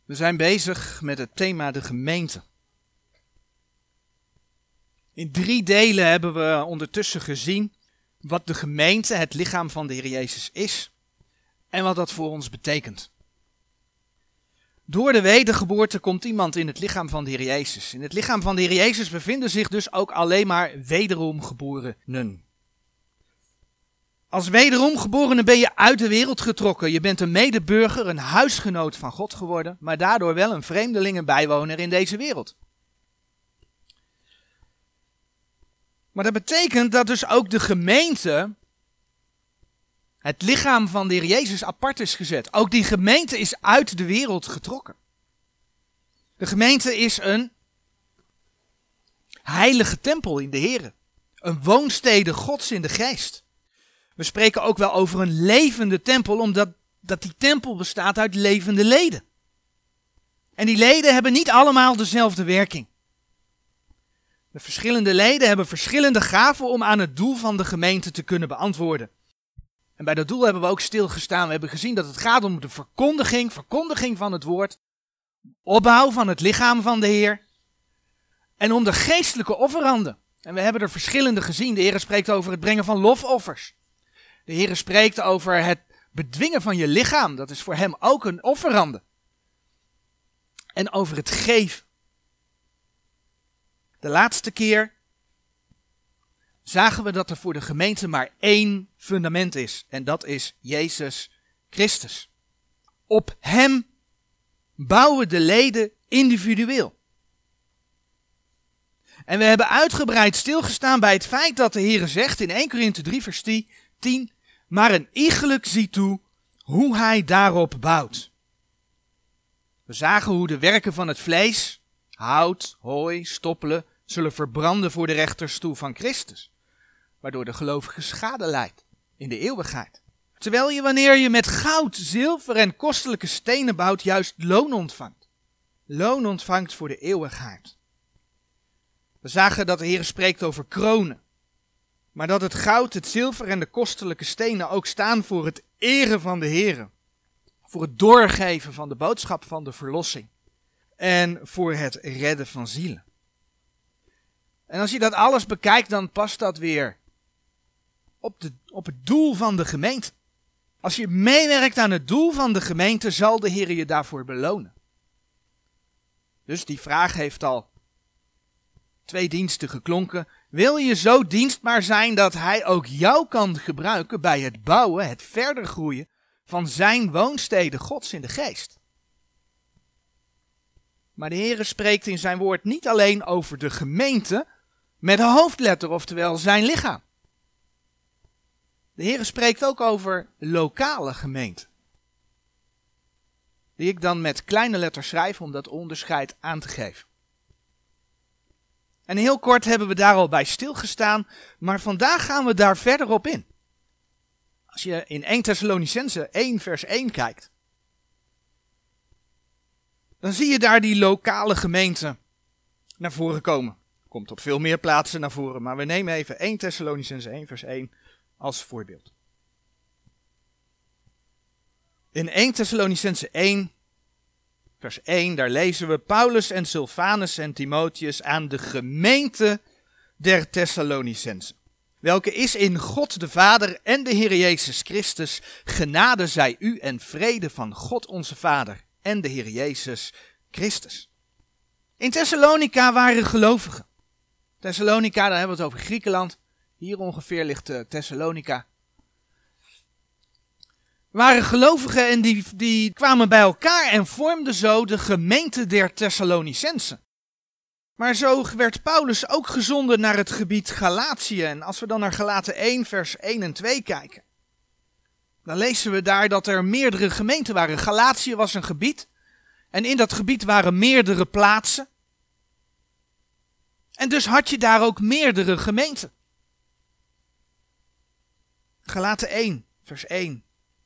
We zijn bezig met het thema de gemeente. In 3 delen hebben we ondertussen gezien wat de gemeente, het lichaam van de Heer Jezus, is en wat dat voor ons betekent. Door de wedergeboorte komt iemand in het lichaam van de Heer Jezus. In het lichaam van de Heer Jezus bevinden zich dus ook alleen maar wederom geborenen. Als wederom geborene ben je uit de wereld getrokken. Je bent een medeburger, een huisgenoot van God geworden, maar daardoor wel een vreemdeling en bijwoner in deze wereld. Maar dat betekent dat dus ook de gemeente, het lichaam van de Heer Jezus, apart is gezet. Ook die gemeente is uit de wereld getrokken. De gemeente is een heilige tempel in de Here. Een woonstede Gods in de geest. We spreken ook wel over een levende tempel, omdat die tempel bestaat uit levende leden. En die leden hebben niet allemaal dezelfde werking. De verschillende leden hebben verschillende gaven om aan het doel van de gemeente te kunnen beantwoorden. En bij dat doel hebben we ook stilgestaan. We hebben gezien dat het gaat om de verkondiging van het woord, opbouw van het lichaam van de Heer en om de geestelijke offeranden. En we hebben er verschillende gezien. De Heer spreekt over het brengen van lofoffers. De Heer spreekt over het bedwingen van je lichaam. Dat is voor hem ook een offerande. En over het geven. De laatste keer zagen we dat er voor de gemeente maar 1 fundament is. En dat is Jezus Christus. Op hem bouwen de leden individueel. En we hebben uitgebreid stilgestaan bij het feit dat de Heer zegt in 1 Korinthe 3 vers 10... Maar een iegelijk ziet toe hoe hij daarop bouwt. We zagen hoe de werken van het vlees, hout, hooi, stoppelen, zullen verbranden voor de rechterstoel van Christus. Waardoor de gelovige schade lijdt in de eeuwigheid. Terwijl je wanneer je met goud, zilver en kostelijke stenen bouwt, juist loon ontvangt. Loon ontvangt voor de eeuwigheid. We zagen dat de Heer spreekt over kronen. Maar dat het goud, het zilver en de kostelijke stenen ook staan voor het eren van de Heer. Voor het doorgeven van de boodschap van de verlossing. En voor het redden van zielen. En als je dat alles bekijkt, dan past dat weer op het doel van de gemeente. Als je meewerkt aan het doel van de gemeente, zal de Heer je daarvoor belonen. Dus die vraag heeft al 2 diensten geklonken. Wil je zo dienstbaar zijn dat hij ook jou kan gebruiken bij het bouwen, het verder groeien van zijn woonstede Gods in de geest? Maar de Heer spreekt in zijn woord niet alleen over de gemeente met een hoofdletter, oftewel zijn lichaam. De Heer spreekt ook over lokale gemeenten. Die ik dan met kleine letters schrijf om dat onderscheid aan te geven. En heel kort hebben we daar al bij stilgestaan, maar vandaag gaan we daar verder op in. Als je in 1 Thessalonicenzen 1 vers 1 kijkt, dan zie je daar die lokale gemeente naar voren komen. Komt op veel meer plaatsen naar voren, maar we nemen even 1 Thessalonicenzen 1 vers 1 als voorbeeld. In 1 Thessalonicenzen 1 vers 1, daar lezen we: Paulus en Silvanus en Timotheus aan de gemeente der Thessalonicenzen. Welke is in God de Vader en de Heer Jezus Christus. Genade zij u en vrede van God onze Vader en de Heer Jezus Christus. In Thessalonica waren gelovigen. Thessalonica, dan hebben we het over Griekenland. Hier ongeveer ligt Thessalonica. Waren gelovigen en die kwamen bij elkaar en vormden zo de gemeente der Thessalonicenzen. Maar zo werd Paulus ook gezonden naar het gebied Galatië. En als we dan naar Galaten 1 vers 1 en 2 kijken, dan lezen we daar dat er meerdere gemeenten waren. Galatië was een gebied en in dat gebied waren meerdere plaatsen. En dus had je daar ook meerdere gemeenten. Galaten 1 vers 1.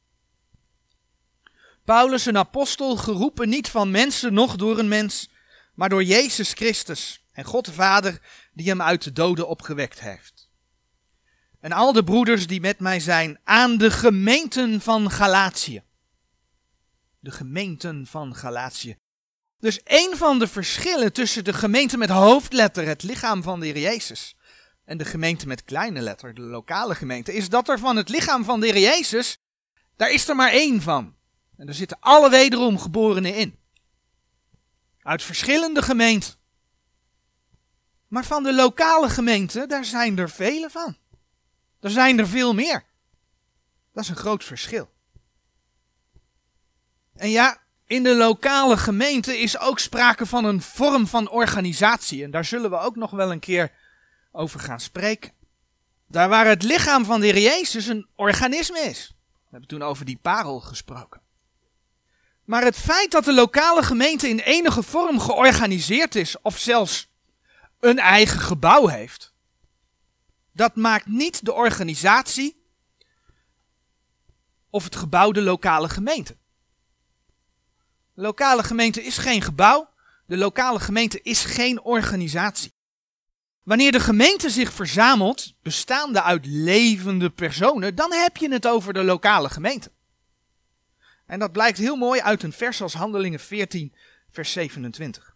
Paulus, een apostel, geroepen niet van mensen, noch door een mens, maar door Jezus Christus en God de Vader, die hem uit de doden opgewekt heeft. En al de broeders die met mij zijn aan de gemeenten van Galatië. De gemeenten van Galatië. Dus een van de verschillen tussen de gemeente met hoofdletter, het lichaam van de Heer Jezus, en de gemeente met kleine letter, de lokale gemeente, is dat er van het lichaam van de Heer Jezus, daar is er maar één van. En daar zitten alle wederom geborenen in. Uit verschillende gemeenten. Maar van de lokale gemeente, daar zijn er vele van. Er zijn er veel meer. Dat is een groot verschil. En ja, in de lokale gemeente is ook sprake van een vorm van organisatie. En daar zullen we ook nog wel een keer over gaan spreken. Daar waar het lichaam van de Heer Jezus een organisme is. We hebben toen over die parel gesproken. Maar het feit dat de lokale gemeente in enige vorm georganiseerd is, of zelfs een eigen gebouw heeft, dat maakt niet de organisatie of het gebouw de lokale gemeente. De lokale gemeente is geen gebouw, de lokale gemeente is geen organisatie. Wanneer de gemeente zich verzamelt, bestaande uit levende personen, dan heb je het over de lokale gemeente. En dat blijkt heel mooi uit een vers als Handelingen 14, vers 27.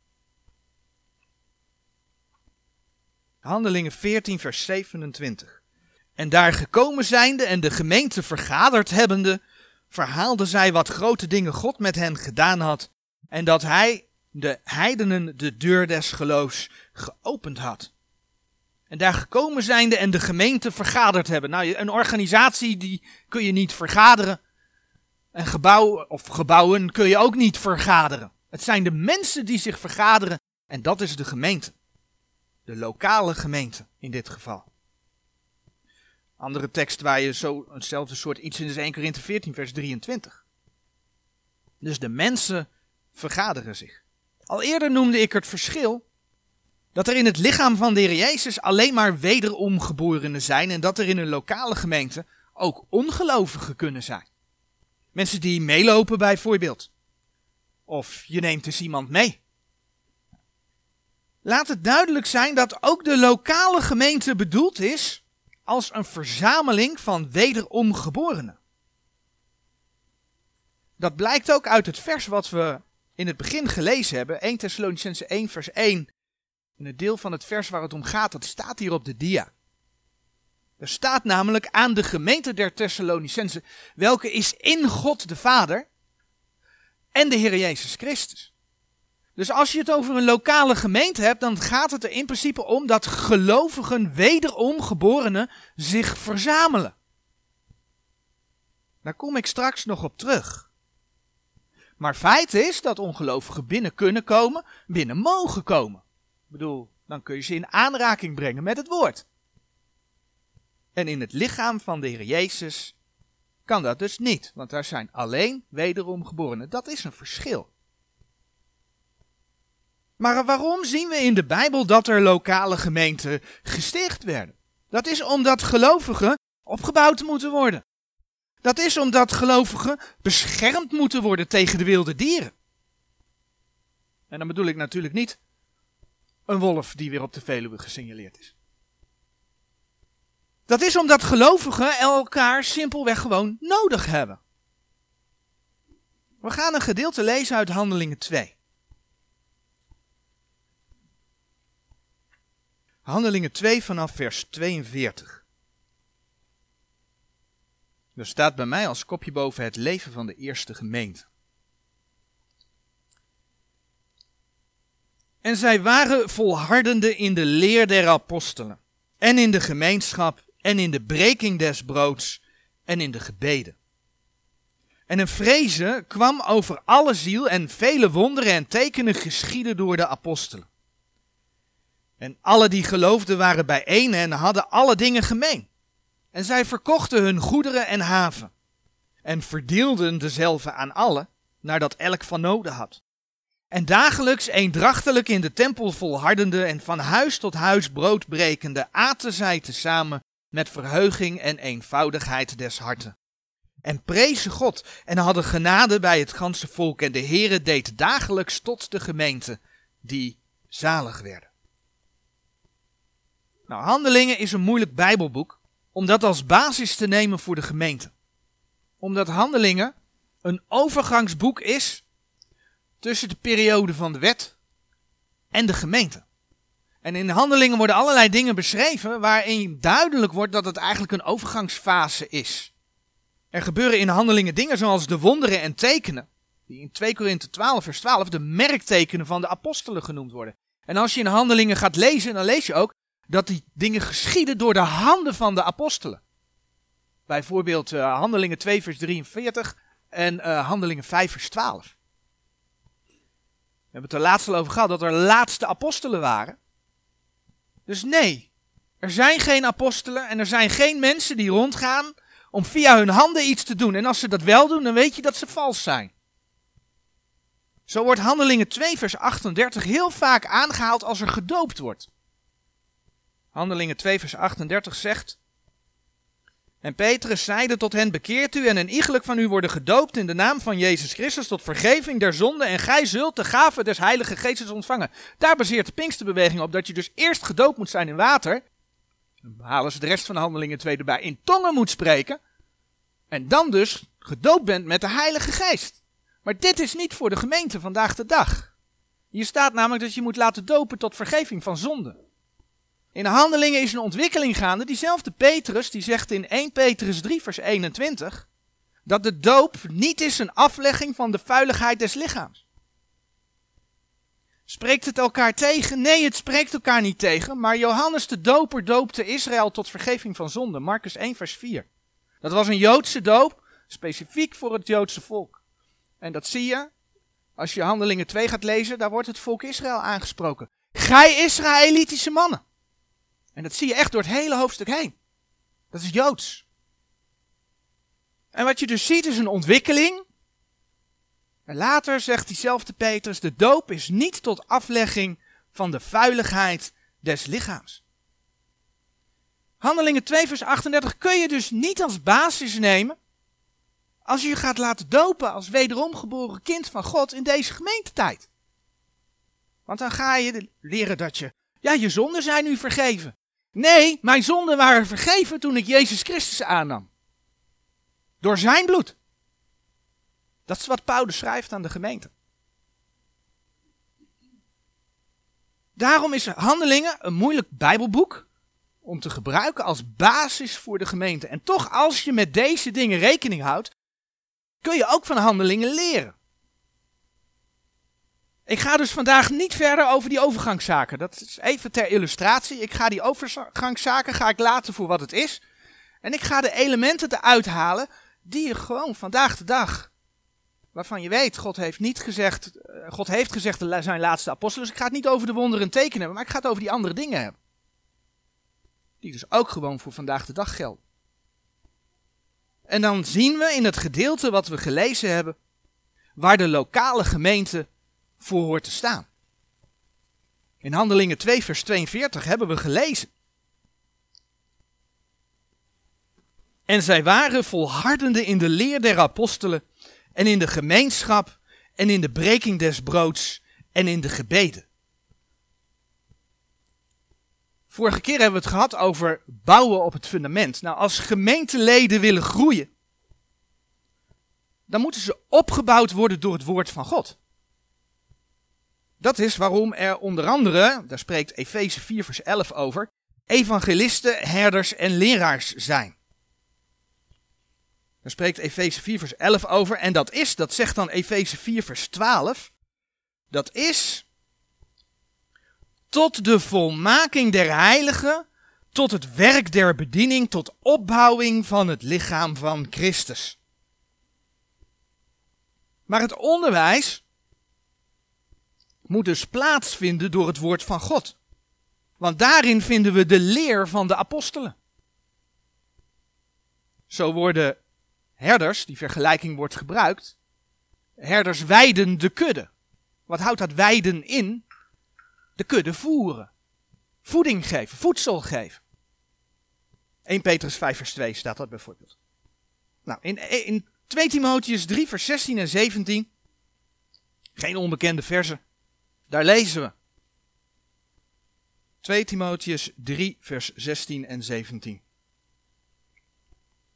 Handelingen 14, vers 27. En daar gekomen zijnde en de gemeente vergaderd hebbende, verhaalden zij wat grote dingen God met hen gedaan had, en dat hij de heidenen de deur des geloofs geopend had. En daar gekomen zijnde en de gemeente vergaderd hebben. Nou, een organisatie die kun je niet vergaderen. Een gebouw of gebouwen kun je ook niet vergaderen. Het zijn de mensen die zich vergaderen en dat is de gemeente. De lokale gemeente in dit geval. Andere tekst waar je zo hetzelfde soort iets in is 1 Korinthe 14 vers 23. Dus de mensen vergaderen zich. Al eerder noemde ik het verschil dat er in het lichaam van de Heer Jezus alleen maar wederomgeborenen zijn en dat er in een lokale gemeente ook ongelovigen kunnen zijn. Mensen die meelopen bijvoorbeeld. Of je neemt dus iemand mee. Laat het duidelijk zijn dat ook de lokale gemeente bedoeld is als een verzameling van wederomgeborenen. Dat blijkt ook uit het vers wat we in het begin gelezen hebben. 1 Thessalonicenzen 1 vers 1. In het deel van het vers waar het om gaat, dat staat hier op de dia. Er staat namelijk aan de gemeente der Thessalonicenzen, welke is in God de Vader en de Heer Jezus Christus. Dus als je het over een lokale gemeente hebt, dan gaat het er in principe om dat gelovigen, wederomgeborenen, zich verzamelen. Daar kom ik straks nog op terug. Maar feit is dat ongelovigen binnen kunnen komen, binnen mogen komen. Ik bedoel, dan kun je ze in aanraking brengen met het woord. En in het lichaam van de Heer Jezus kan dat dus niet, want daar zijn alleen wederomgeborenen. Dat is een verschil. Maar waarom zien we in de Bijbel dat er lokale gemeenten gesticht werden? Dat is omdat gelovigen opgebouwd moeten worden. Dat is omdat gelovigen beschermd moeten worden tegen de wilde dieren. En dan bedoel ik natuurlijk niet een wolf die weer op de Veluwe gesignaleerd is. Dat is omdat gelovigen elkaar simpelweg gewoon nodig hebben. We gaan een gedeelte lezen uit Handelingen 2. Handelingen 2 vanaf vers 42. Er staat bij mij als kopje boven het leven van de eerste gemeente. En zij waren volhardende in de leer der apostelen, en in de gemeenschap, en in de breking des broods, en in de gebeden. En een vrezen kwam over alle ziel, en vele wonderen en tekenen geschiedden door de apostelen. En alle die geloofden waren bijeen en hadden alle dingen gemeen. En zij verkochten hun goederen en haven, en verdeelden dezelve aan allen, naardat elk van noden had. En dagelijks eendrachtelijk in de tempel volhardende en van huis tot huis brood brekende, aten zij tezamen met verheuging en eenvoudigheid des harten. En prezen God en hadden genade bij het ganse volk, en de Heere deed dagelijks tot de gemeente die zalig werden. Nou, Handelingen is een moeilijk Bijbelboek om dat als basis te nemen voor de gemeente. Omdat Handelingen een overgangsboek is tussen de periode van de wet en de gemeente. En in Handelingen worden allerlei dingen beschreven waarin duidelijk wordt dat het eigenlijk een overgangsfase is. Er gebeuren in Handelingen dingen zoals de wonderen en tekenen, die in 2 Korinthe 12 vers 12 de merktekenen van de apostelen genoemd worden. En als je in Handelingen gaat lezen, dan lees je ook dat die dingen geschieden door de handen van de apostelen. Bijvoorbeeld Handelingen 2 vers 43 en Handelingen 5 vers 12. We hebben het er laatst al over gehad dat er laatste apostelen waren. Dus nee, er zijn geen apostelen en er zijn geen mensen die rondgaan om via hun handen iets te doen. En als ze dat wel doen, dan weet je dat ze vals zijn. Zo wordt Handelingen 2 vers 38 heel vaak aangehaald als er gedoopt wordt. Handelingen 2 vers 38 zegt: En Petrus zeide tot hen, bekeert u en een iegelijk van u worden gedoopt in de naam van Jezus Christus tot vergeving der zonde en gij zult de gave des Heilige Geestes ontvangen. Daar baseert de Pinksterbeweging op dat je dus eerst gedoopt moet zijn in water. Dan halen ze de rest van Handelingen 2 erbij, in tongen moet spreken. En dan dus gedoopt bent met de Heilige Geest. Maar dit is niet voor de gemeente vandaag de dag. Hier staat namelijk dat je moet laten dopen tot vergeving van zonde. In de Handelingen is een ontwikkeling gaande. Diezelfde Petrus die zegt in 1 Petrus 3 vers 21... dat de doop niet is een aflegging van de vuiligheid des lichaams. Spreekt het elkaar tegen? Nee, het spreekt elkaar niet tegen. Maar Johannes de Doper doopte Israël tot vergeving van zonde. Markus 1 vers 4. Dat was een Joodse doop, specifiek voor het Joodse volk. En dat zie je, als je Handelingen 2 gaat lezen, daar wordt het volk Israël aangesproken. Gij Israëlitische mannen. En dat zie je echt door het hele hoofdstuk heen. Dat is Joods. En wat je dus ziet is een ontwikkeling. En later zegt diezelfde Petrus, de doop is niet tot aflegging van de vuiligheid des lichaams. Handelingen 2 vers 38 kun je dus niet als basis nemen als je je gaat laten dopen als wederom geboren kind van God in deze gemeentetijd. Want dan ga je leren dat je zonden zijn nu vergeven. Nee, mijn zonden waren vergeven toen ik Jezus Christus aannam. Door zijn bloed. Dat is wat Paulus schrijft aan de gemeente. Daarom is Handelingen een moeilijk Bijbelboek om te gebruiken als basis voor de gemeente. En toch, als je met deze dingen rekening houdt, kun je ook van Handelingen leren. Ik ga dus vandaag niet verder over die overgangszaken. Dat is even ter illustratie. Ik ga die overgangszaken laten voor wat het is. En ik ga de elementen eruit halen die je gewoon vandaag de dag, waarvan je weet, God heeft gezegd zijn laatste apostelen. Dus ik ga het niet over de wonderen en tekenen hebben, maar ik ga het over die andere dingen hebben. Die dus ook gewoon voor vandaag de dag gelden. En dan zien we in het gedeelte wat we gelezen hebben, waar de lokale gemeente voor hoort te staan. In Handelingen 2 vers 42 hebben we gelezen. En zij waren volhardende in de leer der apostelen en in de gemeenschap en in de breking des broods en in de gebeden. Vorige keer hebben we het gehad over bouwen op het fundament. Nou, als gemeenteleden willen groeien, dan moeten ze opgebouwd worden door het woord van God. Dat is waarom er onder andere, daar spreekt Efeze 4 vers 11 over, evangelisten, herders en leraars zijn. Daar spreekt Efeze 4 vers 11 over en dat zegt dan Efeze 4 vers 12, dat is tot de volmaking der heiligen, tot het werk der bediening, tot opbouwing van het lichaam van Christus. Maar het onderwijs moet dus plaatsvinden door het woord van God. Want daarin vinden we de leer van de apostelen. Zo worden herders, die vergelijking wordt gebruikt, herders weiden de kudde. Wat houdt dat weiden in? De kudde voeren. Voeding geven, voedsel geven. 1 Petrus 5 vers 2 staat dat bijvoorbeeld. Nou, in 2 Timotheüs 3 vers 16 en 17, geen onbekende verzen, daar lezen we. 2 Timotheüs 3 vers 16 en 17.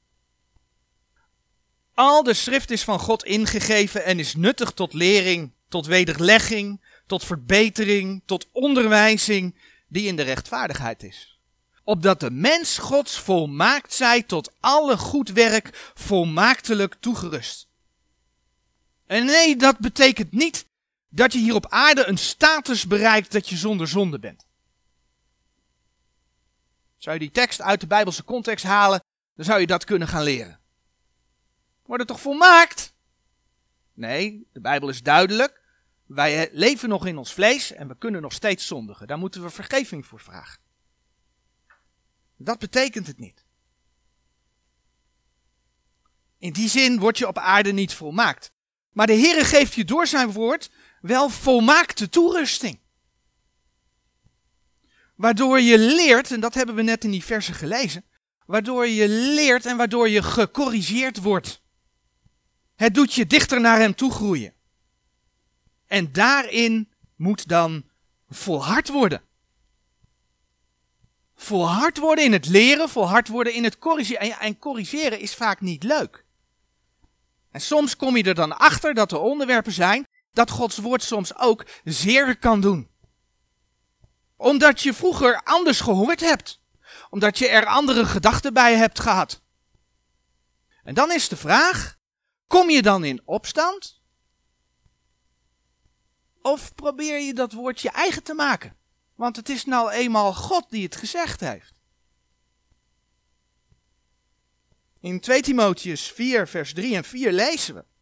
Al de schrift is van God ingegeven en is nuttig tot lering, tot wederlegging, tot verbetering, tot onderwijzing die in de rechtvaardigheid is. Opdat de mens Gods volmaakt zij tot alle goed werk volmaaktelijk toegerust. En nee, dat betekent niet dat je hier op aarde een status bereikt dat je zonder zonde bent. Zou je die tekst uit de Bijbelse context halen, dan zou je dat kunnen gaan leren. Wordt het toch volmaakt? Nee, de Bijbel is duidelijk. Wij leven nog in ons vlees en we kunnen nog steeds zondigen. Daar moeten we vergeving voor vragen. Dat betekent het niet. In die zin word je op aarde niet volmaakt. Maar de Heere geeft je door zijn woord wel volmaakte toerusting. Waardoor je leert, en dat hebben we net in die versen gelezen, waardoor je leert en waardoor je gecorrigeerd wordt. Het doet je dichter naar hem toe groeien. En daarin moet dan volhard worden. Volhard worden in het leren, volhard worden in het corrigeren. En corrigeren is vaak niet leuk. En soms kom je er dan achter dat er onderwerpen zijn dat Gods woord soms ook zeer kan doen. Omdat je vroeger anders gehoord hebt. Omdat je er andere gedachten bij hebt gehad. En dan is de vraag, kom je dan in opstand? Of probeer je dat woord je eigen te maken? Want het is nou eenmaal God die het gezegd heeft. In 2 Timotheüs 4 vers 3 en 4 lezen we.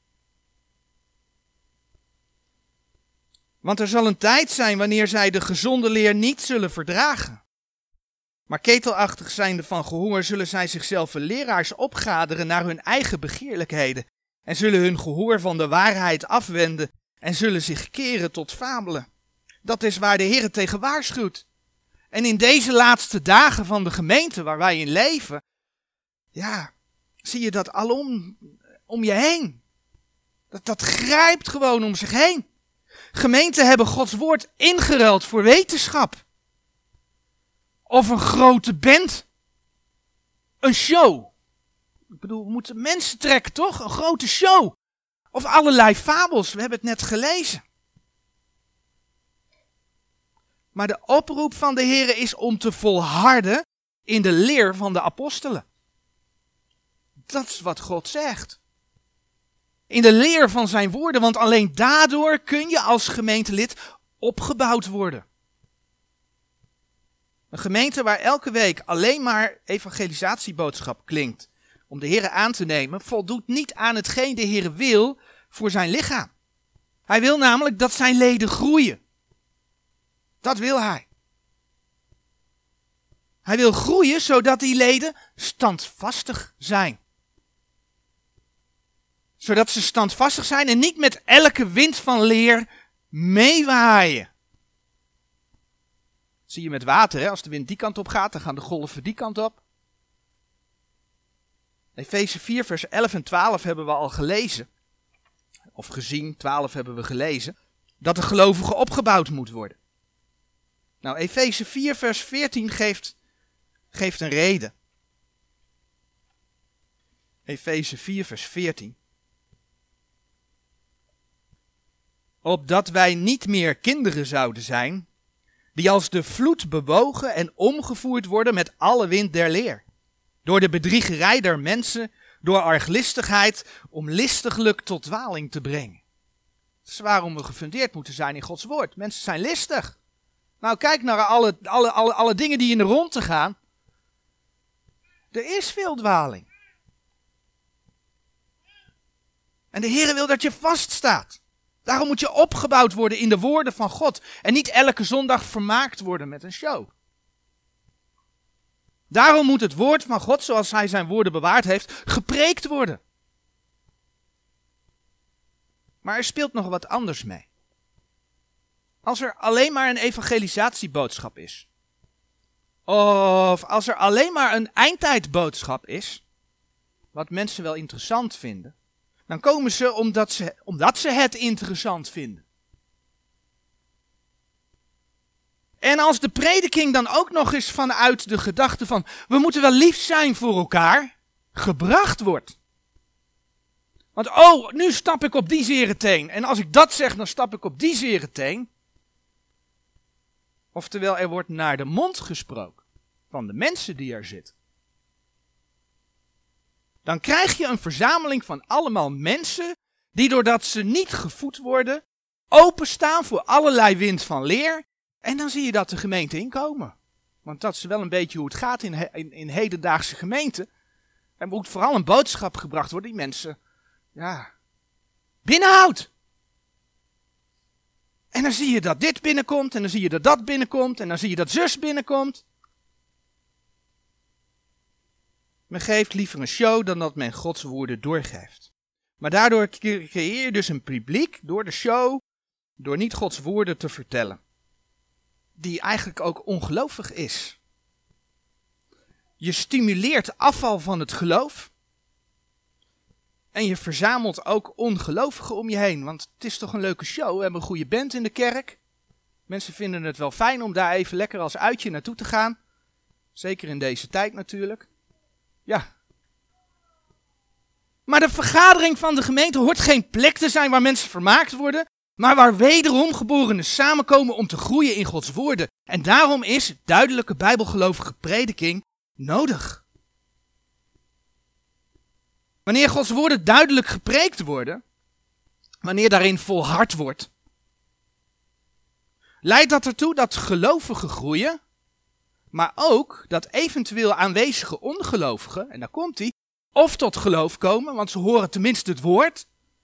Want er zal een tijd zijn wanneer zij de gezonde leer niet zullen verdragen. Maar ketelachtig zijnde van gehoor zullen zij zichzelf leraars opgaderen naar hun eigen begeerlijkheden. En zullen hun gehoor van de waarheid afwenden en zullen zich keren tot fabelen. Dat is waar de Heer tegen waarschuwt. En in deze laatste dagen van de gemeente waar wij in leven, ja, zie je dat alom om je heen. Dat grijpt gewoon om zich heen. Gemeenten hebben Gods woord ingeruild voor wetenschap. Of een grote band. Een show. Ik bedoel, we moeten mensen trekken, toch? Een grote show. Of allerlei fabels, we hebben het net gelezen. Maar de oproep van de Heer is om te volharden in de leer van de apostelen. Dat is wat God zegt. In de leer van zijn woorden, want alleen daardoor kun je als gemeentelid opgebouwd worden. Een gemeente waar elke week alleen maar evangelisatieboodschap klinkt om de Heer aan te nemen, voldoet niet aan hetgeen de Heer wil voor zijn lichaam. Hij wil namelijk dat zijn leden groeien. Dat wil hij. Hij wil groeien zodat die leden standvastig zijn. Zodat ze standvastig zijn en niet met elke wind van leer meewaaien. Zie je met water, hè? Als de wind die kant op gaat, dan gaan de golven die kant op. Efeze 4 vers 11 en 12 hebben we al gelezen. Of gezien, 12 hebben we gelezen. Dat de gelovige opgebouwd moet worden. Nou, Efeze 4 vers 14 geeft een reden. Efeze 4 vers 14. Opdat wij niet meer kinderen zouden zijn, die als de vloed bewogen en omgevoerd worden met alle wind der leer. Door de bedriegerij der mensen, door arglistigheid, om listiglijk tot dwaling te brengen. Dat is waarom we gefundeerd moeten zijn in Gods woord. Mensen zijn listig. Nou, kijk naar alle dingen die in de rondte gaan. Er is veel dwaling. En de Heer wil dat je vaststaat. Daarom moet je opgebouwd worden in de woorden van God. En niet elke zondag vermaakt worden met een show. Daarom moet het woord van God, zoals hij zijn woorden bewaard heeft, gepreekt worden. Maar er speelt nog wat anders mee. Als er alleen maar een evangelisatieboodschap is. Of als er alleen maar een eindtijdboodschap is. Wat mensen wel interessant vinden. Dan komen ze omdat ze het interessant vinden. En als de prediking dan ook nog eens vanuit de gedachte van we moeten wel lief zijn voor elkaar, gebracht wordt. Want oh, nu stap ik op die zere teen. En als ik dat zeg, dan stap ik op die zere teen. Oftewel, er wordt naar de mond gesproken van de mensen die er zitten. Dan krijg je een verzameling van allemaal mensen die doordat ze niet gevoed worden, openstaan voor allerlei wind van leer. En dan zie je dat de gemeente inkomen. Want dat is wel een beetje hoe het gaat in hedendaagse gemeenten. Er moet vooral een boodschap gebracht worden die mensen binnenhoudt. En dan zie je dat dit binnenkomt en dan zie je dat dat binnenkomt en dan zie je dat zus binnenkomt. Men geeft liever een show dan dat men Gods woorden doorgeeft. Maar daardoor creëer je dus een publiek door de show, door niet Gods woorden te vertellen. Die eigenlijk ook ongelovig is. Je stimuleert afval van het geloof. En je verzamelt ook ongelovigen om je heen. Want het is toch een leuke show. We hebben een goede band in de kerk. Mensen vinden het wel fijn om daar even lekker als uitje naartoe te gaan. Zeker in deze tijd natuurlijk. Ja. Maar de vergadering van de gemeente hoort geen plek te zijn waar mensen vermaakt worden. Maar waar wederom geborenen samenkomen om te groeien in Gods woorden. En daarom is duidelijke bijbelgelovige prediking nodig. Wanneer Gods woorden duidelijk gepreekt worden, wanneer daarin volhard wordt, leidt dat ertoe dat gelovigen groeien, maar ook dat eventueel aanwezige ongelovigen, en daar komt hij, of tot geloof komen, want ze horen tenminste het woord,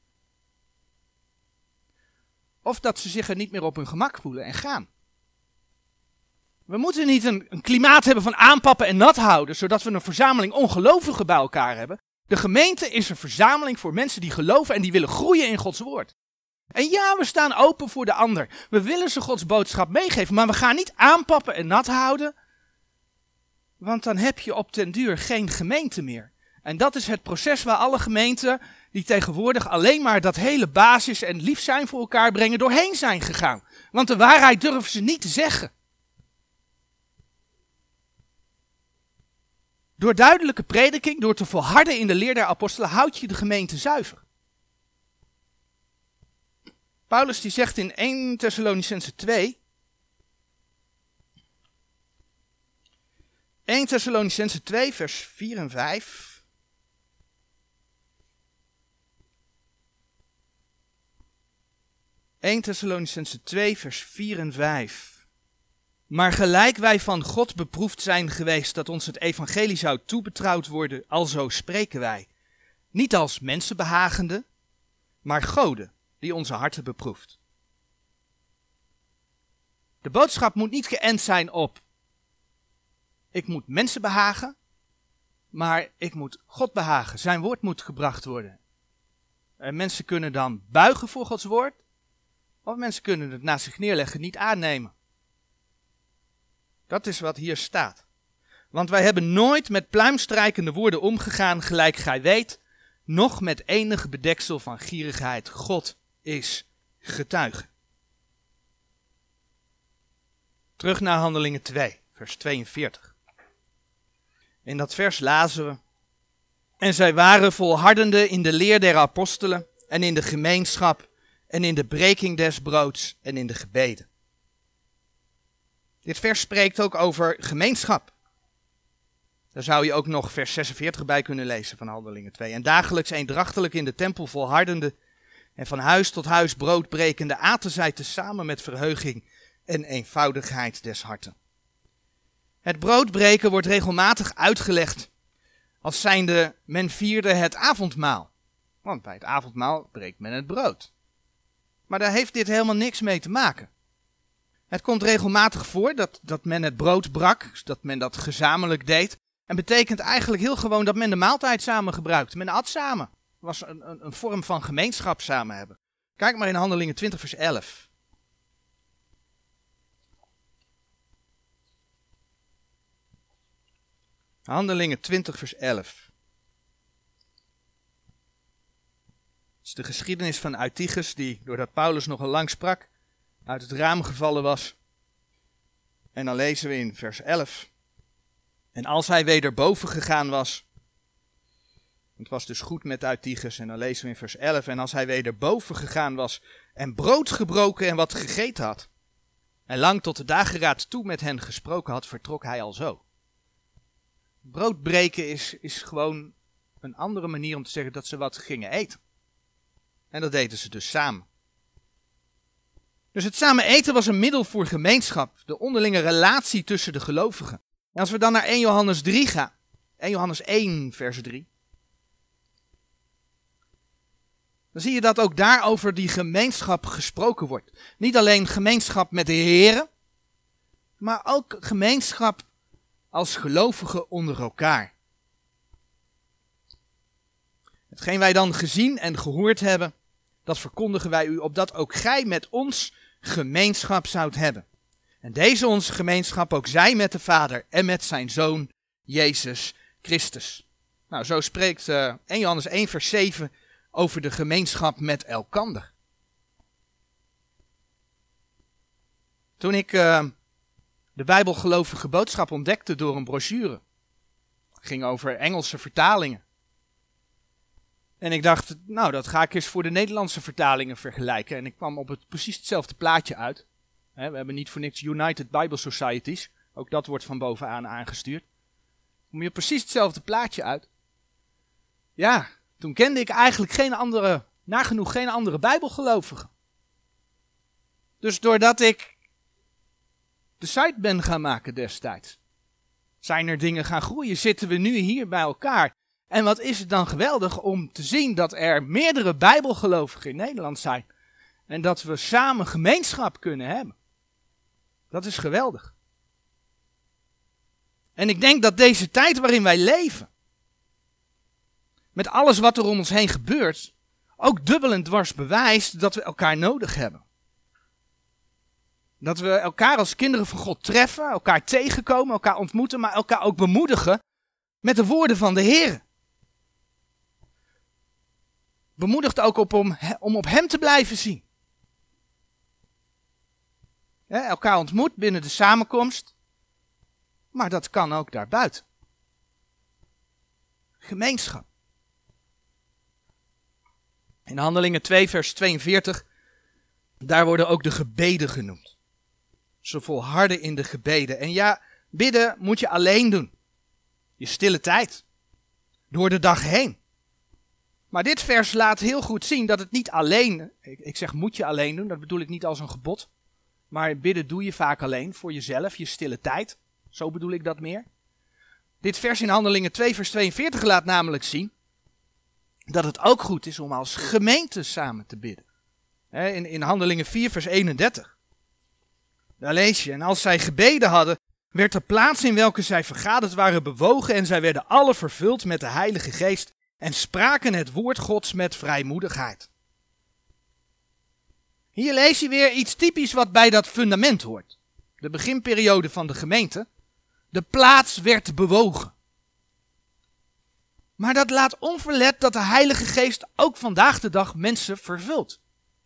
of dat ze zich er niet meer op hun gemak voelen en gaan. We moeten niet een klimaat hebben van aanpappen en nat houden, zodat we een verzameling ongelovigen bij elkaar hebben. De gemeente is een verzameling voor mensen die geloven en die willen groeien in Gods woord. En ja, we staan open voor de ander. We willen ze Gods boodschap meegeven, maar we gaan niet aanpappen en nat houden. Want dan heb je op den duur geen gemeente meer. En dat is het proces waar alle gemeenten die tegenwoordig alleen maar dat hele basis en lief zijn voor elkaar brengen doorheen zijn gegaan. Want de waarheid durven ze niet te zeggen. Door duidelijke prediking, door te volharden in de leer der apostelen, houd je de gemeente zuiver. Paulus die zegt in 1 Thessalonicenzen 2. 1 Thessalonicenzen 2 vers 4 en 5. (1 Thessalonicenzen 2 vers 4 en 5). Maar gelijk wij van God beproefd zijn geweest dat ons het evangelie zou toebetrouwd worden, alzo spreken wij. Niet als mensenbehagende, maar Gode, die onze harten beproeft. De boodschap moet niet geënt zijn op, ik moet mensen behagen, maar ik moet God behagen. Zijn woord moet gebracht worden. En mensen kunnen dan buigen voor Gods woord, of mensen kunnen het naast zich neerleggen, niet aannemen. Dat is wat hier staat. Want wij hebben nooit met pluimstrijkende woorden omgegaan, gelijk gij weet, noch met enige bedeksel van gierigheid. God is getuige. Terug naar Handelingen 2, vers 42. In dat vers lazen we: En zij waren volhardende in de leer der apostelen en in de gemeenschap en in de breking des broods en in de gebeden. Dit vers spreekt ook over gemeenschap. Daar zou je ook nog vers 46 bij kunnen lezen van Handelingen 2. En dagelijks eendrachtelijk in de tempel volhardende en van huis tot huis broodbrekende aten zij tezamen met verheuging en eenvoudigheid des harten. Het broodbreken wordt regelmatig uitgelegd als zijnde men vierde het avondmaal. Want bij het avondmaal breekt men het brood. Maar daar heeft dit helemaal niks mee te maken. Het komt regelmatig voor dat men het brood brak, dat men dat gezamenlijk deed. En betekent eigenlijk heel gewoon dat men de maaltijd samen gebruikt. Men at samen. Het was een vorm van gemeenschap samen hebben. Kijk maar in Handelingen 20 vers 11. Handelingen 20 vers 11. Het is de geschiedenis van Eutychus die, doordat Paulus nogal lang sprak, uit het raam gevallen was. En dan lezen we in vers 11. En als hij weder boven gegaan was, Het was dus goed met Eutychus en dan lezen we in vers 11. En als hij weder boven gegaan was en brood gebroken en wat gegeten had. En lang tot de dageraad toe met hen gesproken had, vertrok hij alzo. Brood breken is gewoon een andere manier om te zeggen dat ze wat gingen eten. En dat deden ze dus samen. Dus het samen eten was een middel voor gemeenschap, de onderlinge relatie tussen de gelovigen. En als we dan naar 1 Johannes 3 gaan, 1 Johannes 1 vers 3. Dan zie je dat ook daar over die gemeenschap gesproken wordt. Niet alleen gemeenschap met de Here, maar ook gemeenschap als gelovigen onder elkaar. Hetgeen wij dan gezien en gehoord hebben, dat verkondigen wij u, opdat ook gij met ons gemeenschap zoudt hebben. En deze onze gemeenschap ook zij met de Vader en met zijn Zoon, Jezus Christus. Nou, zo spreekt 1 Johannes 1 vers 7 over de gemeenschap met elkander. Toen ik de Bijbelgelovige boodschap ontdekte door een brochure, ging over Engelse vertalingen. En ik dacht, nou, dat ga ik eens voor de Nederlandse vertalingen vergelijken. En ik kwam op precies hetzelfde plaatje uit. We hebben niet voor niks United Bible Societies. Ook dat wordt van bovenaan aangestuurd. Kom je precies hetzelfde plaatje uit. Ja, toen kende ik eigenlijk nagenoeg geen andere Bijbelgelovigen. Dus doordat ik de site ben gaan maken destijds, zijn er dingen gaan groeien. Zitten we nu hier bij elkaar. En wat is het dan geweldig om te zien dat er meerdere Bijbelgelovigen in Nederland zijn. En dat we samen gemeenschap kunnen hebben. Dat is geweldig. En ik denk dat deze tijd waarin wij leven, met alles wat er om ons heen gebeurt, ook dubbel en dwars bewijst dat we elkaar nodig hebben. Dat we elkaar als kinderen van God treffen, elkaar tegenkomen, elkaar ontmoeten, maar elkaar ook bemoedigen met de woorden van de Heer. Bemoedigt ook om op hem te blijven zien. Elkaar ontmoet binnen de samenkomst, maar dat kan ook daarbuiten. Gemeenschap. In Handelingen 2 vers 42, daar worden ook de gebeden genoemd. Ze volharden in de gebeden. En ja, bidden moet je alleen doen. Je stille tijd. Door de dag heen. Maar dit vers laat heel goed zien dat het niet alleen, ik zeg moet je alleen doen, dat bedoel ik niet als een gebod. Maar bidden doe je vaak alleen, voor jezelf, je stille tijd. Zo bedoel ik dat meer. Dit vers in Handelingen 2 vers 42 laat namelijk zien dat het ook goed is om als gemeente samen te bidden. In Handelingen 4 vers 31. Daar lees je, en als zij gebeden hadden, werd de plaats in welke zij vergaderd waren bewogen en zij werden alle vervuld met de Heilige Geest en spraken het woord Gods met vrijmoedigheid. Hier lees je weer iets typisch wat bij dat fundament hoort. De beginperiode van de gemeente. De plaats werd bewogen. Maar dat laat onverlet dat de Heilige Geest ook vandaag de dag mensen vervult.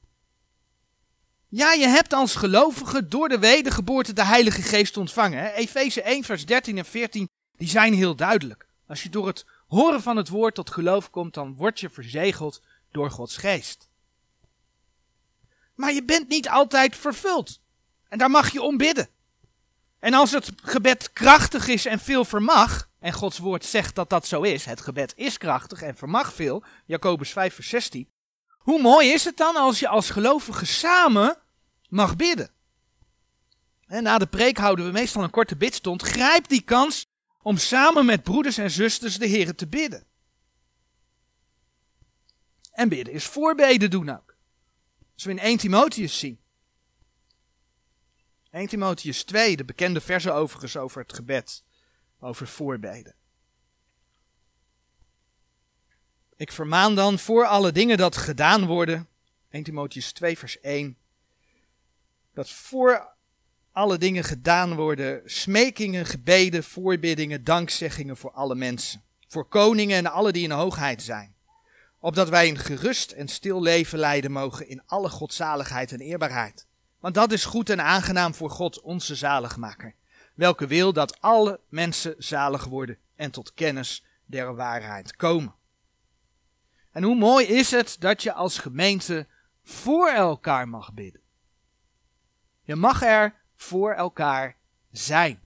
Ja, je hebt als gelovige door de wedergeboorte de Heilige Geest ontvangen. Efeze 1 vers 13 en 14, die zijn heel duidelijk. Als je door het horen van het woord tot geloof komt, dan word je verzegeld door Gods Geest. Maar je bent niet altijd vervuld. En daar mag je om bidden. En als het gebed krachtig is en veel vermag, en Gods woord zegt dat dat zo is, het gebed is krachtig en vermag veel, Jacobus 5 vers 16. Hoe mooi is het dan als je als gelovige samen mag bidden? En na de preek houden we meestal een korte bidstond. Grijp die kans om samen met broeders en zusters de Heer te bidden. En bidden is voorbeden doen ook. Als we in 1 Timotheus zien. 1 Timotheus 2, de bekende verse overigens over het gebed, over voorbeden. Ik vermaan dan voor alle dingen dat gedaan worden, 1 Timotheus 2 vers 1, dat voor alle dingen gedaan worden, smekingen, gebeden, voorbiddingen, dankzeggingen voor alle mensen, voor koningen en alle die in hoogheid zijn, opdat wij een gerust en stil leven leiden mogen in alle godzaligheid en eerbaarheid. Want dat is goed en aangenaam voor God, onze zaligmaker, welke wil dat alle mensen zalig worden en tot kennis der waarheid komen. En hoe mooi is het dat je als gemeente voor elkaar mag bidden. Je mag er voor elkaar zijn.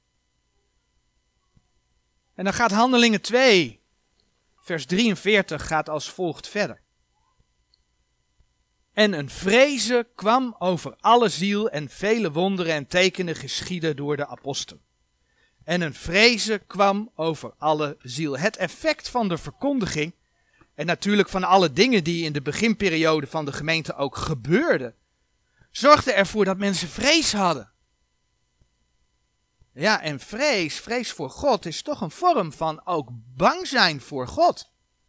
En dan gaat Handelingen 2, vers 43 gaat als volgt verder. En een vrezen kwam over alle ziel en vele wonderen en tekenen geschieden door de apostelen. En een vrezen kwam over alle ziel. Het effect van de verkondiging en natuurlijk van alle dingen die in de beginperiode van de gemeente ook gebeurden, zorgde ervoor dat mensen vrees hadden. Ja, en vrees voor God is toch een vorm van ook bang zijn voor God.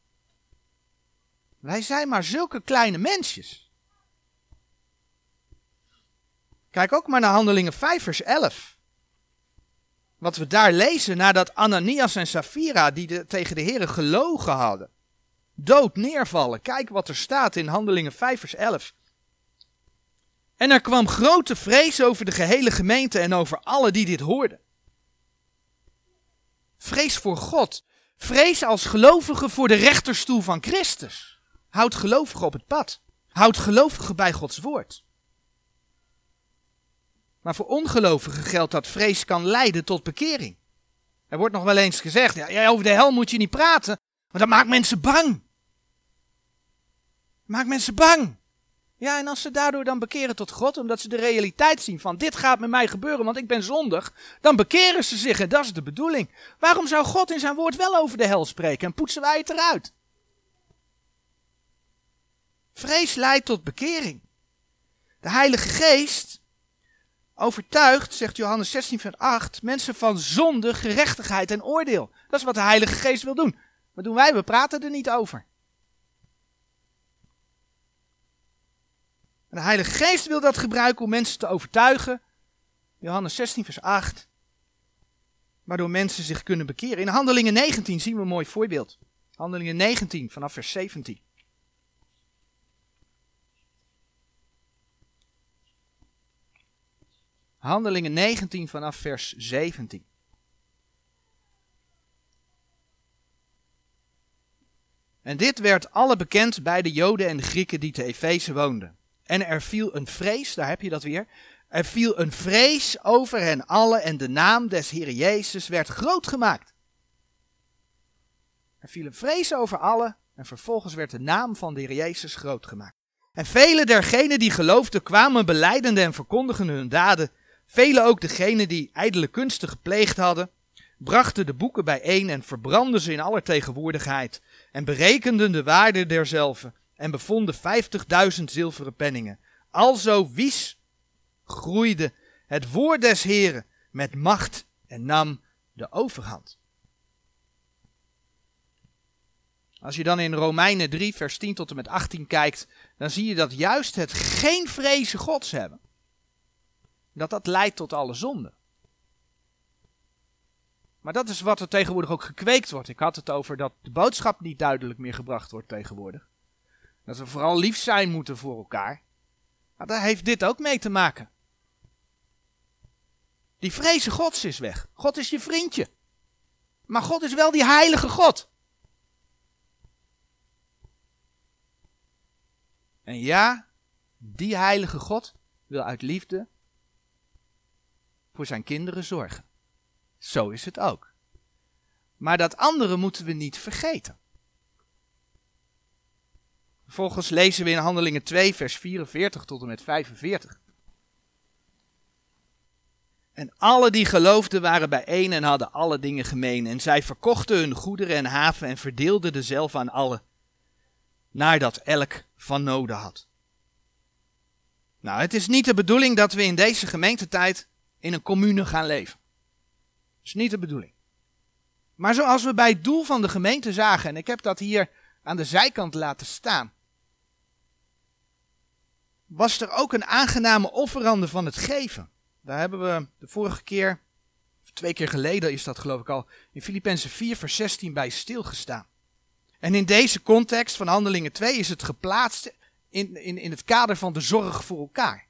Wij zijn maar zulke kleine mensjes. Kijk ook maar naar Handelingen 5 vers 11. Wat we daar lezen nadat Ananias en Safira die tegen de Heere gelogen hadden, dood neervallen. Kijk wat er staat in Handelingen 5 vers 11. En er kwam grote vrees over de gehele gemeente en over alle die dit hoorden. Vrees voor God. Vrees als gelovige voor de rechterstoel van Christus. Houd gelovigen op het pad. Houd gelovigen bij Gods woord. Maar voor ongelovigen geldt dat vrees kan leiden tot bekering. Er wordt nog wel eens gezegd, ja, over de hel moet je niet praten, want dat maakt mensen bang. Maakt mensen bang. Ja, en als ze daardoor dan bekeren tot God, omdat ze de realiteit zien van dit gaat met mij gebeuren, want ik ben zondig, dan bekeren ze zich en dat is de bedoeling. Waarom zou God in zijn woord wel over de hel spreken en poetsen wij het eruit? Vrees leidt tot bekering. De Heilige Geest overtuigt, zegt Johannes 16 vers 8, mensen van zonde, gerechtigheid en oordeel. Dat is wat de Heilige Geest wil doen. Wat doen wij? We praten er niet over. En de Heilige Geest wil dat gebruiken om mensen te overtuigen. Johannes 16 vers 8. Waardoor mensen zich kunnen bekeren. In Handelingen 19 zien we een mooi voorbeeld. Handelingen 19 vanaf vers 17. Handelingen 19 vanaf vers 17. En dit werd alle bekend bij de Joden en de Grieken die te Efeze woonden. En er viel een vrees, daar heb je dat weer. Er viel een vrees over hen allen en de naam des Heeren Jezus werd groot gemaakt. Er viel een vrees over allen en vervolgens werd de naam van de Heer Jezus groot gemaakt. En vele dergenen die geloofden kwamen belijdende en verkondigende hun daden. Velen ook degenen die ijdele kunsten gepleegd hadden, brachten de boeken bijeen en verbrandden ze in aller tegenwoordigheid en berekenden de waarde derzelve en bevonden 50.000 zilveren penningen. Alzo wies groeide het woord des Heren met macht en nam de overhand. Als je dan in Romeinen 3 vers 10 tot en met 18 kijkt, dan zie je dat juist het geen vrezen Gods hebben, dat leidt tot alle zonde. Maar dat is wat er tegenwoordig ook gekweekt wordt. Ik had het over dat de boodschap niet duidelijk meer gebracht wordt tegenwoordig. Dat we vooral lief zijn moeten voor elkaar. Maar daar heeft dit ook mee te maken. Die vrezen Gods is weg. God is je vriendje. Maar God is wel die heilige God. En ja, die heilige God wil uit liefde voor zijn kinderen zorgen. Zo is het ook. Maar dat andere moeten we niet vergeten. Vervolgens lezen we in Handelingen 2 vers 44 tot en met 45. En alle die geloofden waren bijeen en hadden alle dingen gemeen. En zij verkochten hun goederen en haven en verdeelden dezelve aan allen, naardat elk van noden had. Nou, het is niet de bedoeling dat we in deze gemeentetijd in een commune gaan leven. Dat is niet de bedoeling. Maar zoals we bij het doel van de gemeente zagen, en ik heb dat hier aan de zijkant laten staan, was er ook een aangename offerande van het geven. Daar hebben we de vorige keer, of 2 keer geleden is dat geloof ik al, in Filippenzen 4 vers 16 bij stilgestaan. En in deze context van Handelingen 2 is het geplaatst in het kader van de zorg voor elkaar.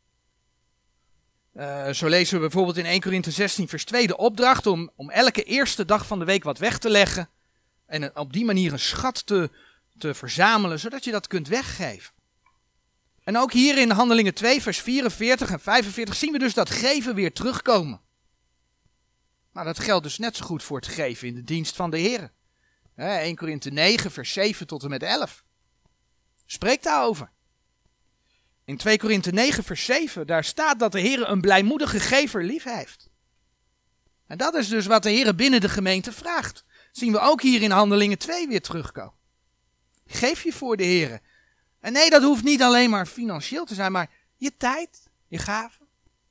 Zo lezen we bijvoorbeeld in 1 Korinthe 16 vers 2 de opdracht om elke eerste dag van de week wat weg te leggen. En op die manier een schat te verzamelen, zodat je dat kunt weggeven. En ook hier in Handelingen 2 vers 44 en 45 zien we dus dat geven weer terugkomen. Maar dat geldt dus net zo goed voor het geven in de dienst van de Heer. 1 Korinthe 9 vers 7 tot en met 11. Spreek daarover. In 2 Korinthe 9 vers 7, daar staat dat de Heer een blijmoedige gever lief heeft. En dat is dus wat de Heer binnen de gemeente vraagt. Dat zien we ook hier in Handelingen 2 weer terugkomen. Geef je voor de Heer. En nee, dat hoeft niet alleen maar financieel te zijn, maar je tijd, je gaven.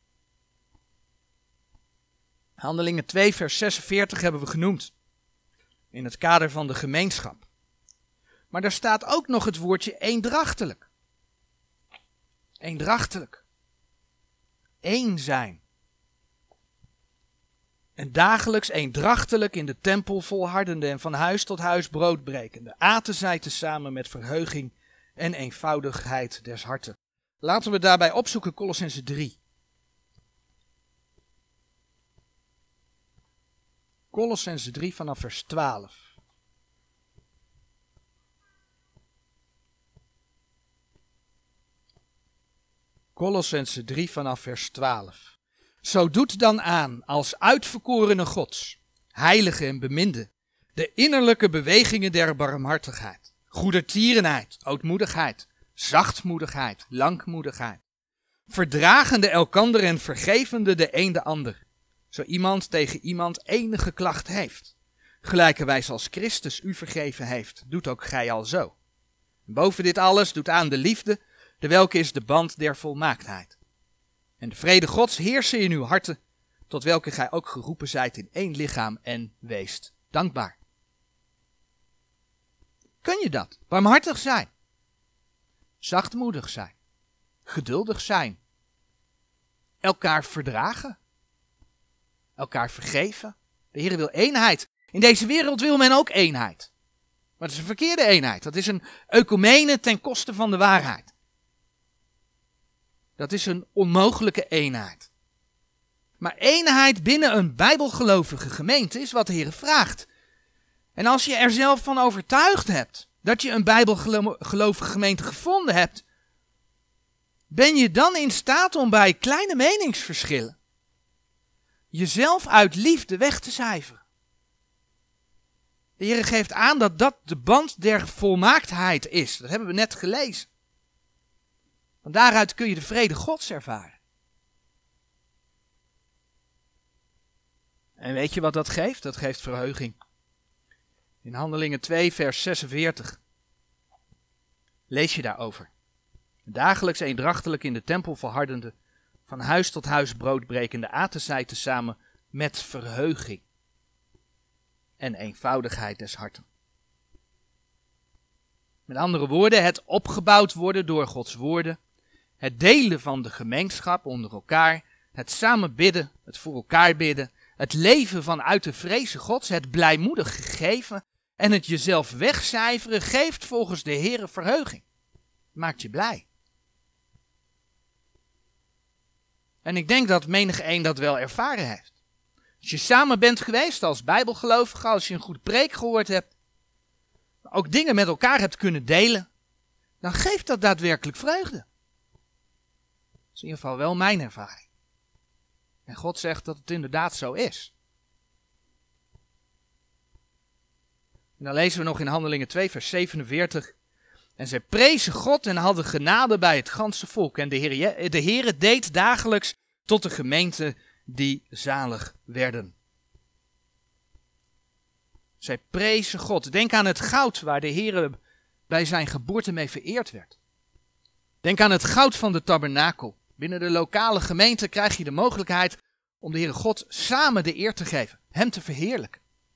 Handelingen 2 vers 46 hebben we genoemd. In het kader van de gemeenschap. Maar daar staat ook nog het woordje eendrachtelijk. Eendrachtelijk. Eén zijn. En dagelijks eendrachtelijk in de tempel volhardende en van huis tot huis broodbrekende. Aten zij tezamen met verheuging en eenvoudigheid des harten. Laten we daarbij opzoeken Kolossenzen 3. Kolossenzen 3 vanaf vers 12. Kolossenzen 3 vanaf vers 12. Zo doet dan aan als uitverkorene Gods, heilige en beminde, de innerlijke bewegingen der barmhartigheid, goedertierenheid, ootmoedigheid, zachtmoedigheid, langmoedigheid, verdragende elkander en vergevende de een de ander, zo iemand tegen iemand enige klacht heeft. Gelijkerwijs als Christus u vergeven heeft, doet ook gij alzo. Boven dit alles doet aan de liefde, de welke is de band der volmaaktheid. En de vrede Gods heersen in uw harten, tot welke gij ook geroepen zijt in één lichaam en weest dankbaar. Kun je dat? Barmhartig zijn, zachtmoedig zijn, geduldig zijn, elkaar verdragen, elkaar vergeven. De Heer wil eenheid. In deze wereld wil men ook eenheid. Maar het is een verkeerde eenheid. Dat is een œkumene ten koste van de waarheid. Dat is een onmogelijke eenheid. Maar eenheid binnen een bijbelgelovige gemeente is wat de Heer vraagt. En als je er zelf van overtuigd hebt dat je een bijbelgelovige gemeente gevonden hebt, ben je dan in staat om bij kleine meningsverschillen jezelf uit liefde weg te cijferen. De Heer geeft aan dat dat de band der volmaaktheid is. Dat hebben we net gelezen. Van daaruit kun je de vrede Gods ervaren. En weet je wat dat geeft? Dat geeft verheuging. In Handelingen 2 vers 46 lees je daarover. Dagelijks eendrachtelijk in de tempel volhardende, van huis tot huis broodbrekende, aten zij tezamen met verheuging en eenvoudigheid des harten. Met andere woorden, het opgebouwd worden door Gods woorden, het delen van de gemeenschap onder elkaar, het samen bidden, het voor elkaar bidden, het leven vanuit de vreze Gods, het blijmoedig geven en het jezelf wegcijferen geeft volgens de Heere verheuging. Maakt je blij. En ik denk dat menigeen dat wel ervaren heeft. Als je samen bent geweest als bijbelgelovige, als je een goede preek gehoord hebt, ook dingen met elkaar hebt kunnen delen, dan geeft dat daadwerkelijk vreugde. Dat is in ieder geval wel mijn ervaring. En God zegt dat het inderdaad zo is. En dan lezen we nog in Handelingen 2 vers 47. En zij prezen God en hadden genade bij het ganse volk. En de Heere deed dagelijks tot de gemeente die zalig werden. Zij prezen God. Denk aan het goud waar de Heere bij zijn geboorte mee vereerd werd. Denk aan het goud van de tabernakel. Binnen de lokale gemeente krijg je de mogelijkheid om de Heere God samen de eer te geven. Hem te verheerlijken.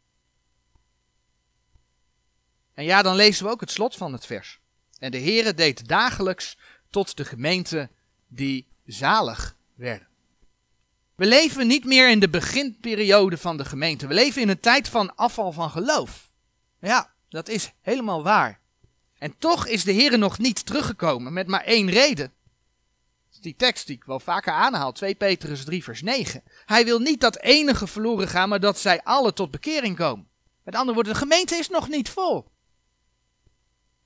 En ja, dan lezen we ook het slot van het vers. En de Heere deed dagelijks tot de gemeente die zalig werden. We leven niet meer in de beginperiode van de gemeente. We leven in een tijd van afval van geloof. Ja, dat is helemaal waar. En toch is de Heere nog niet teruggekomen met maar één reden. Dat is die tekst die ik wel vaker aanhaal, 2 Petrus 3 vers 9. Hij wil niet dat enige verloren gaan, maar dat zij alle tot bekering komen. Met andere woorden, de gemeente is nog niet vol.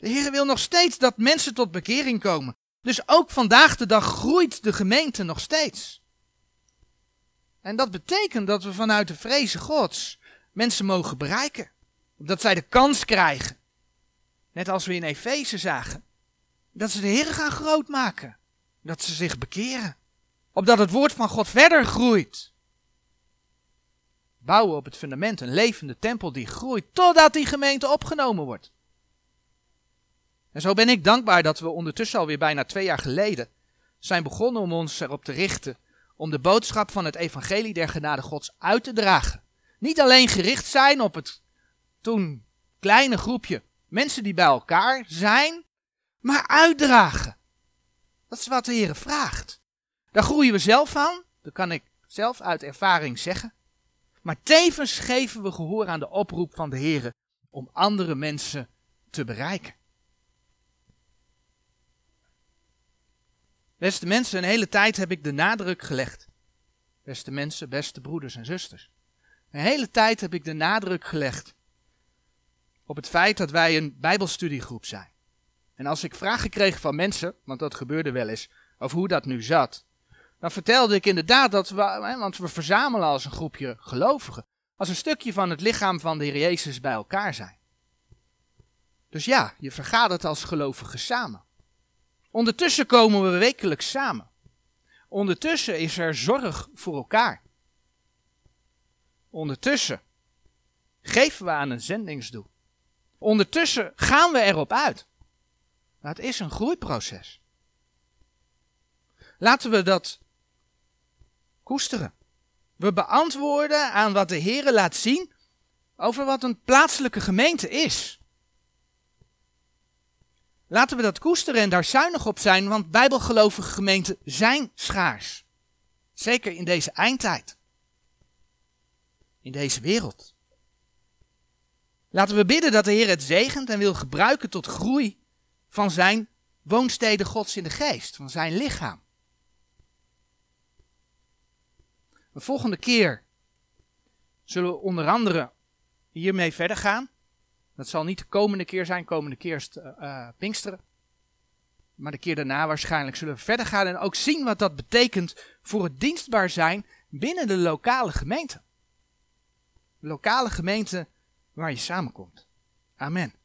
De Heer wil nog steeds dat mensen tot bekering komen. Dus ook vandaag de dag groeit de gemeente nog steeds. En dat betekent dat we vanuit de vreze Gods mensen mogen bereiken. Dat zij de kans krijgen. Net als we in Efeze zagen. Dat ze de Heer gaan groot maken. Dat ze zich bekeren. Opdat het woord van God verder groeit. Bouwen op het fundament een levende tempel die groeit totdat die gemeente opgenomen wordt. En zo ben ik dankbaar dat we ondertussen alweer bijna 2 jaar geleden zijn begonnen om ons erop te richten om de boodschap van het evangelie der genade Gods uit te dragen. Niet alleen gericht zijn op het toen kleine groepje mensen die bij elkaar zijn, maar uitdragen. Dat is wat de Heer vraagt. Daar groeien we zelf aan, dat kan ik zelf uit ervaring zeggen. Maar tevens geven we gehoor aan de oproep van de Heer om andere mensen te bereiken. Beste mensen, een hele tijd heb ik de nadruk gelegd. Beste mensen, beste broeders en zusters. Een hele tijd heb ik de nadruk gelegd op het feit dat wij een bijbelstudiegroep zijn. En als ik vragen kreeg van mensen, want dat gebeurde wel eens, over hoe dat nu zat, dan vertelde ik inderdaad dat want we verzamelen als een groepje gelovigen, als een stukje van het lichaam van de Heer Jezus bij elkaar zijn. Dus ja, je vergadert als gelovigen samen. Ondertussen komen we wekelijks samen. Ondertussen is er zorg voor elkaar. Ondertussen geven we aan een zendingsdoel. Ondertussen gaan we erop uit. Maar het is een groeiproces. Laten we dat koesteren. We beantwoorden aan wat de Heer laat zien over wat een plaatselijke gemeente is. Laten we dat koesteren en daar zuinig op zijn, want bijbelgelovige gemeenten zijn schaars. Zeker in deze eindtijd. In deze wereld. Laten we bidden dat de Heer het zegent en wil gebruiken tot groei van zijn woonstede Gods in de geest, van zijn lichaam. De volgende keer zullen we onder andere hiermee verder gaan. Dat zal niet de komende keer zijn, komende keer is het Pinksteren. Maar de keer daarna waarschijnlijk zullen we verder gaan en ook zien wat dat betekent voor het dienstbaar zijn binnen de lokale gemeente. De lokale gemeente waar je samenkomt. Amen.